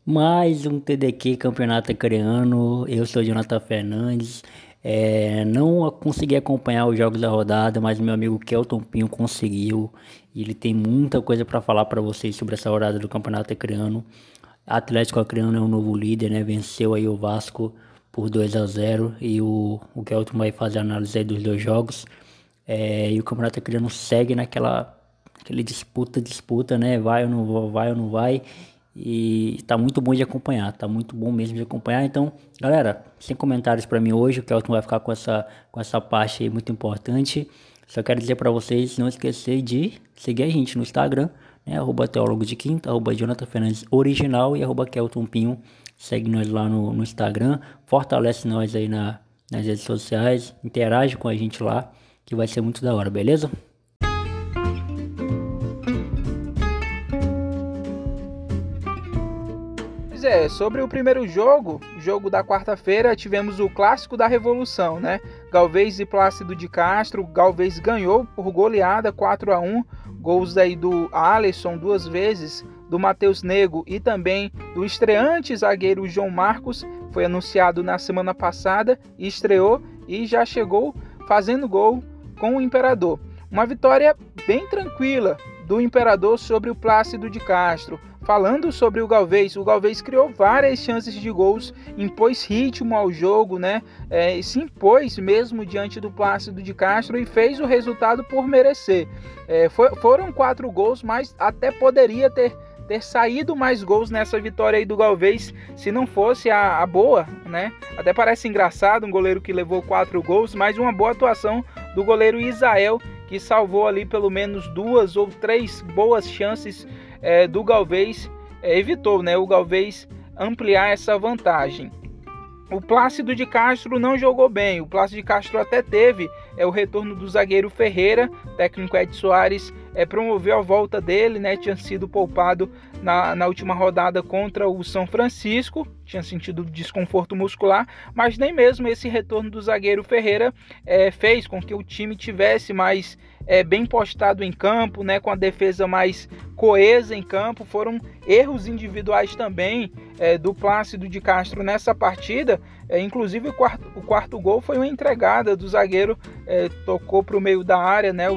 Mais um TDQ Campeonato Acreano. Eu sou Jonathan Fernandes. Não consegui acompanhar os jogos da rodada, mas meu amigo Kelton Pinho conseguiu. E ele tem muita coisa para falar para vocês sobre essa rodada do Campeonato Acreano. Atlético Acreano é o novo líder, né? Venceu aí o Vasco por 2-0 e o Kelton vai fazer a análise aí dos dois jogos. E o Campeonato Acreano segue aquele disputa, né? Vai ou não vai. E tá muito bom de acompanhar, tá muito bom mesmo de acompanhar. Então, galera, sem comentários para mim hoje, o Kelton vai ficar com essa parte aí muito importante. Só quero dizer para vocês, não esquecer de seguir a gente no Instagram, né? @teólogo de quinta, @Jonathan Fernandes original e @Kelton Pinho. Segue nós lá no Instagram, fortalece nós aí nas redes sociais, interage com a gente lá, que vai ser muito da hora, beleza? Sobre o primeiro jogo da quarta-feira, tivemos o clássico da Revolução, né? Galvez e Plácido de Castro. Galvez ganhou por goleada 4-1, gols aí do Alisson duas vezes, do Matheus Nego e também do estreante zagueiro João Marcos. Foi anunciado na semana passada e estreou e já chegou fazendo gol com o Imperador. Uma vitória bem tranquila do Imperador sobre o Plácido de Castro. Falando sobre o Galvez criou várias chances de gols, impôs ritmo ao jogo, né? Se impôs mesmo diante do Plácido de Castro e fez o resultado por merecer. Foram 4 gols, mas até poderia ter saído mais gols nessa vitória aí do Galvez, se não fosse a boa, né? Até parece engraçado um goleiro que levou 4 gols, mas uma boa atuação do goleiro Isael, que salvou ali pelo menos 2 ou 3 boas chances do Galvez, evitou, né, o Galvez ampliar essa vantagem. O Plácido de Castro não jogou bem. O Plácido de Castro até teve o retorno do zagueiro Ferreira. O técnico Ed Soares promoveu a volta dele, né? Tinha sido poupado na última rodada contra o São Francisco. Tinha sentido desconforto muscular, mas nem mesmo esse retorno do zagueiro Ferreira fez com que o time tivesse mais bem postado em campo, né? Com a defesa mais coesa em campo. Foram erros individuais também do Plácido de Castro nessa partida. Inclusive o quarto gol foi uma entregada do zagueiro, tocou para o meio da área, né?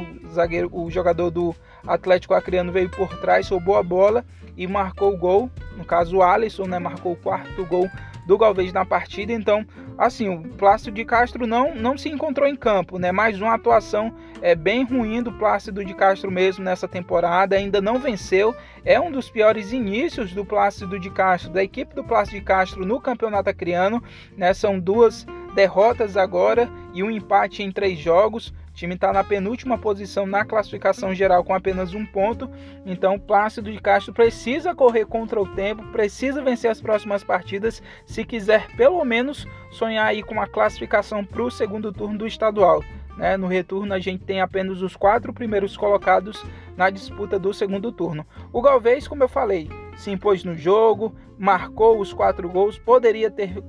O jogador do Atlético Acreano veio por trás, roubou a bola e marcou o gol. No caso, o Alisson, né, marcou o quarto gol do Galvez na partida. Então, assim, o Plácido de Castro não se encontrou em campo, né? Mais uma atuação bem ruim do Plácido de Castro mesmo nessa temporada. Ainda não venceu. É um dos piores inícios do Plácido de Castro, da equipe do Plácido de Castro no Campeonato Acreano, né? São 2 derrotas agora e um empate em 3 jogos. O time está na penúltima posição na classificação geral com apenas 1 ponto. Então o Plácido de Castro precisa correr contra o tempo, precisa vencer as próximas partidas se quiser pelo menos sonhar aí com a classificação para o segundo turno do estadual, né? No retorno a gente tem apenas os 4 primeiros colocados na disputa do segundo turno. O Galvez, como eu falei, se impôs no jogo, marcou os 4 gols, poderia ter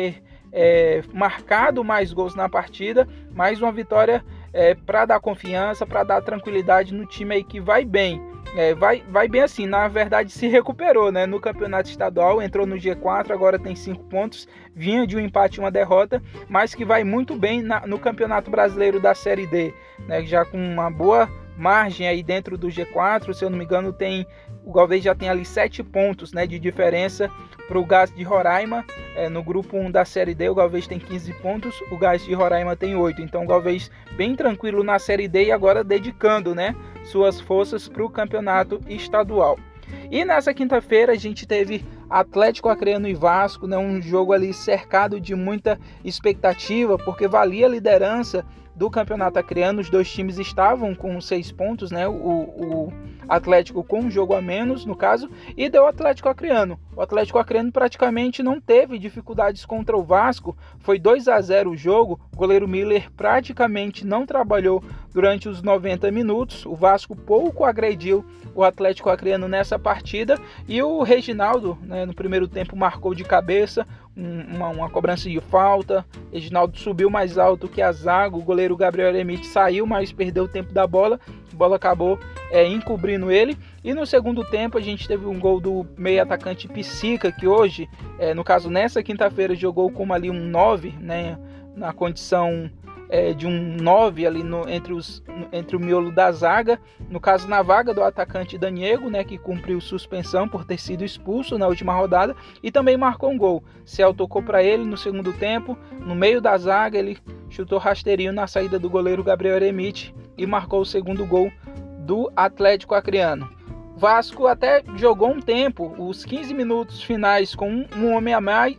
marcado mais gols na partida, mas uma vitória para dar confiança, para dar tranquilidade no time aí que vai bem. Vai bem assim, na verdade se recuperou, né? No campeonato estadual, entrou no G4, agora tem 5 pontos, vinha de um empate e uma derrota, mas que vai muito bem no Campeonato Brasileiro da Série D, né? Já com uma boa margem aí dentro do G4, se eu não me engano o Galvez já tem ali 7 pontos, né, de diferença para o Gás de Roraima. No grupo 1 da Série D, o Galvez tem 15 pontos, o Gás de Roraima tem 8. Então o Galvez bem tranquilo na Série D e agora dedicando, né, suas forças para o campeonato estadual. E nessa quinta-feira a gente teve Atlético Acreano e Vasco, né, um jogo ali cercado de muita expectativa, porque valia a liderança do Campeonato Acreano. Os dois times estavam com 6 pontos, né? O Atlético com um jogo a menos, no caso, e deu o Atlético Acreano. O Atlético Acreano praticamente não teve dificuldades contra o Vasco. Foi 2-0 o jogo. O goleiro Miller praticamente não trabalhou durante os 90 minutos. O Vasco pouco agrediu o Atlético Acreano nessa partida. E o Reginaldo, né, no primeiro tempo, marcou de cabeça uma cobrança de falta. Reginaldo subiu mais alto que a zaga. O goleiro Gabriel Eremite saiu, mas perdeu o tempo da bola. A bola acabou encobrindo ele. E no segundo tempo a gente teve um gol do meio atacante Psica, que hoje, no caso nessa quinta-feira, jogou como ali um 9, né, na condição de um 9 ali entre o miolo da zaga, no caso na vaga do atacante Daniego, né, que cumpriu suspensão por ter sido expulso na última rodada, e também marcou um gol. Ciel tocou para ele no segundo tempo, no meio da zaga, ele chutou rasteirinho na saída do goleiro Gabriel Eremite e marcou o segundo gol do Atlético Acreano. Vasco até jogou um tempo, os 15 minutos finais, com um homem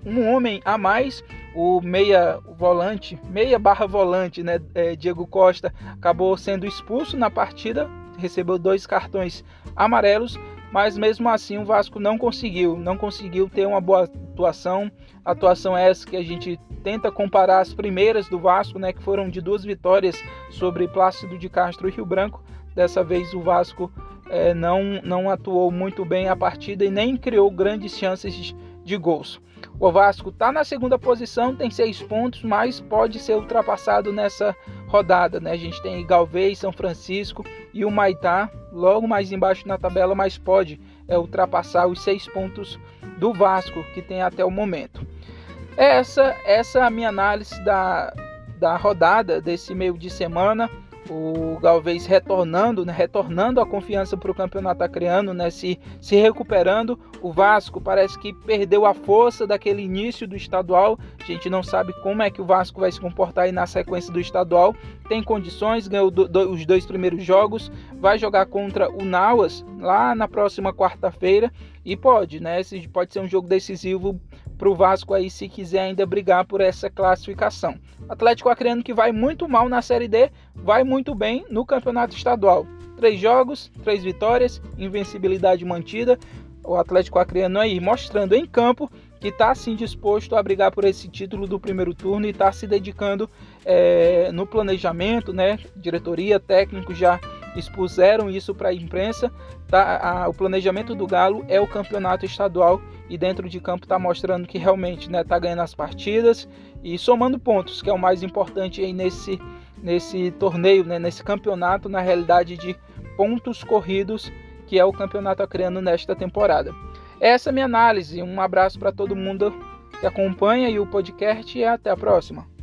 a mais, o meia barra volante, né, Diego Costa, acabou sendo expulso na partida, recebeu 2 cartões amarelos, mas mesmo assim o Vasco não conseguiu ter uma boa atuação essa que a gente tenta comparar as primeiras do Vasco, né, que foram de 2 vitórias sobre Plácido de Castro e Rio Branco. Dessa vez o Vasco não atuou muito bem a partida e nem criou grandes chances de gols. O Vasco está na segunda posição, tem 6 pontos, mas pode ser ultrapassado nessa rodada, né? A gente tem Galvez, São Francisco e o Maitá logo mais embaixo na tabela, mas pode ultrapassar os 6 pontos do Vasco que tem até o momento. Essa é a minha análise da rodada desse meio de semana. O Galvez retornando a confiança para o campeonato acreano, né, se recuperando. O Vasco parece que perdeu a força daquele início do estadual. A gente não sabe como é que o Vasco vai se comportar aí na sequência do estadual. Tem condições, ganhou os 2 primeiros jogos, vai jogar contra o Nauas lá na próxima quarta-feira e pode ser um jogo decisivo para o Vasco aí, se quiser ainda brigar por essa classificação. Atlético Acreano, que vai muito mal na Série D, vai muito bem no campeonato estadual. 3 jogos, 3 vitórias, invencibilidade mantida. O Atlético Acreano aí mostrando em campo que está sim disposto a brigar por esse título do primeiro turno e está se dedicando no planejamento, né? Diretoria, técnico já expuseram isso para a imprensa. O planejamento do Galo é o campeonato estadual e dentro de campo está mostrando que realmente está ganhando as partidas e somando pontos, que é o mais importante aí nesse torneio, né? Nesse campeonato, na realidade de pontos corridos, que é o campeonato acreano nesta temporada. Essa é a minha análise. Um abraço para todo mundo que acompanha aí o podcast e até a próxima.